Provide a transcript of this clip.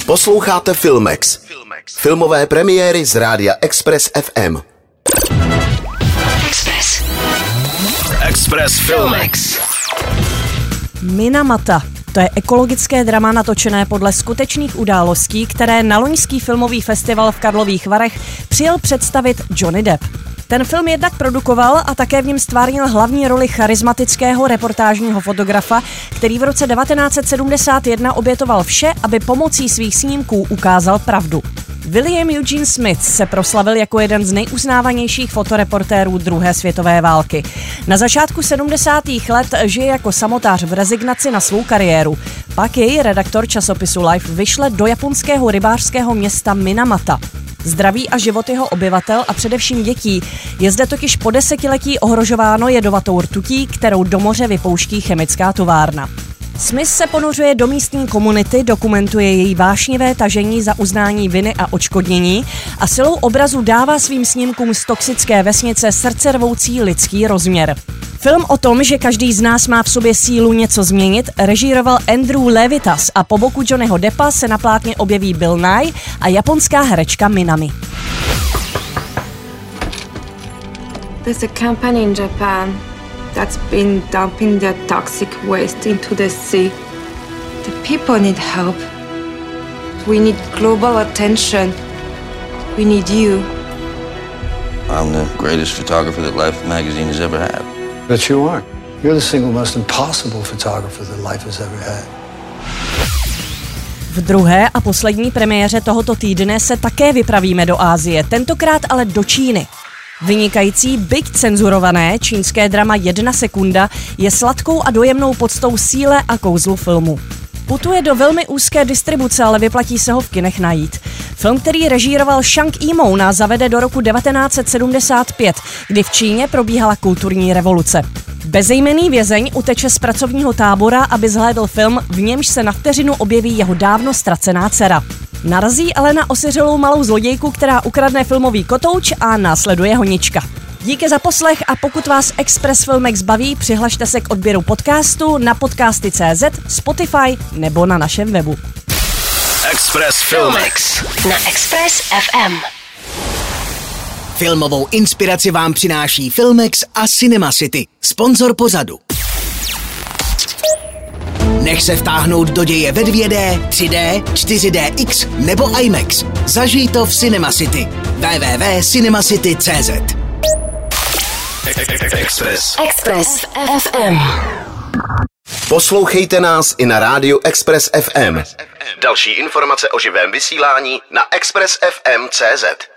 Posloucháte Filmex. Filmové premiéry z rádia Express FM. Express Filmex. Minamata. To je ekologické drama natočené podle skutečných událostí, které na loňský filmový festival v Karlových Varech přijel představit Johnny Depp. Ten film jednak produkoval a také v něm stvárnil hlavní roli charismatického reportážního fotografa, který v roce 1971 obětoval vše, aby pomocí svých snímků ukázal pravdu. William Eugene Smith se proslavil jako jeden z nejuznávanějších fotoreportérů druhé světové války. Na začátku 70. let žije jako samotář v rezignaci na svou kariéru. Pak jej redaktor časopisu Life vyšle do japonského rybářského města Minamata. Zdraví a život jeho obyvatel a především dětí je zde totiž po desetiletí ohrožováno jedovatou rtutí, kterou do moře vypouští chemická továrna. Smith se ponořuje do místní komunity, dokumentuje její vášnivé tažení za uznání viny a odškodnění a silou obrazu dává svým snímkům z toxické vesnice srdcervoucí lidský rozměr. Film o tom, že každý z nás má v sobě sílu něco změnit, režíroval Andrew Levitas a po boku Johnnyho Deppa se na plátně objeví Bill Nye a japonská herečka Minami. There's a company in Japan that's been dumping their toxic waste into the sea. The people need help. We need global attention. We need you. I'm the greatest photographer that Life magazine has ever had. But you are. You're the single most impossible photographer that Life has ever had. V druhé a poslední premiéře tohoto týdne se také vypravíme do Asie, tentokrát ale do Číny. Vynikající, byť cenzurované čínské drama 1 sekunda je sladkou a dojemnou poctou síle a kouzlu filmu. Putuje do velmi úzké distribuce, ale vyplatí se ho v kinech najít. Film, který režíroval Zhang Yimou, nás zavede do roku 1975, kdy v Číně probíhala kulturní revoluce. Bezejmenný vězeň uteče z pracovního tábora, aby zhlédl film, v němž se na vteřinu objeví jeho dávno ztracená dcera. Narazí ale na osiřelou malou zlodějku, která ukradne filmový kotouč a následuje honička. Díky za poslech a pokud vás Express Filmex baví, přihlašte se k odběru podcastu na podcasty.cz, Spotify nebo na našem webu. Express Filmex na Express FM. Filmovou inspiraci vám přináší Filmex a Cinema City, sponzor pořadu. Nech se vtáhnout do děje ve 2D, 3D, 4DX nebo IMAX. Zažij to v Cinema City. www.cinemacity.cz. Express FM. Poslouchejte nás i na rádiu Express FM. Další informace o živém vysílání na expressfm.cz.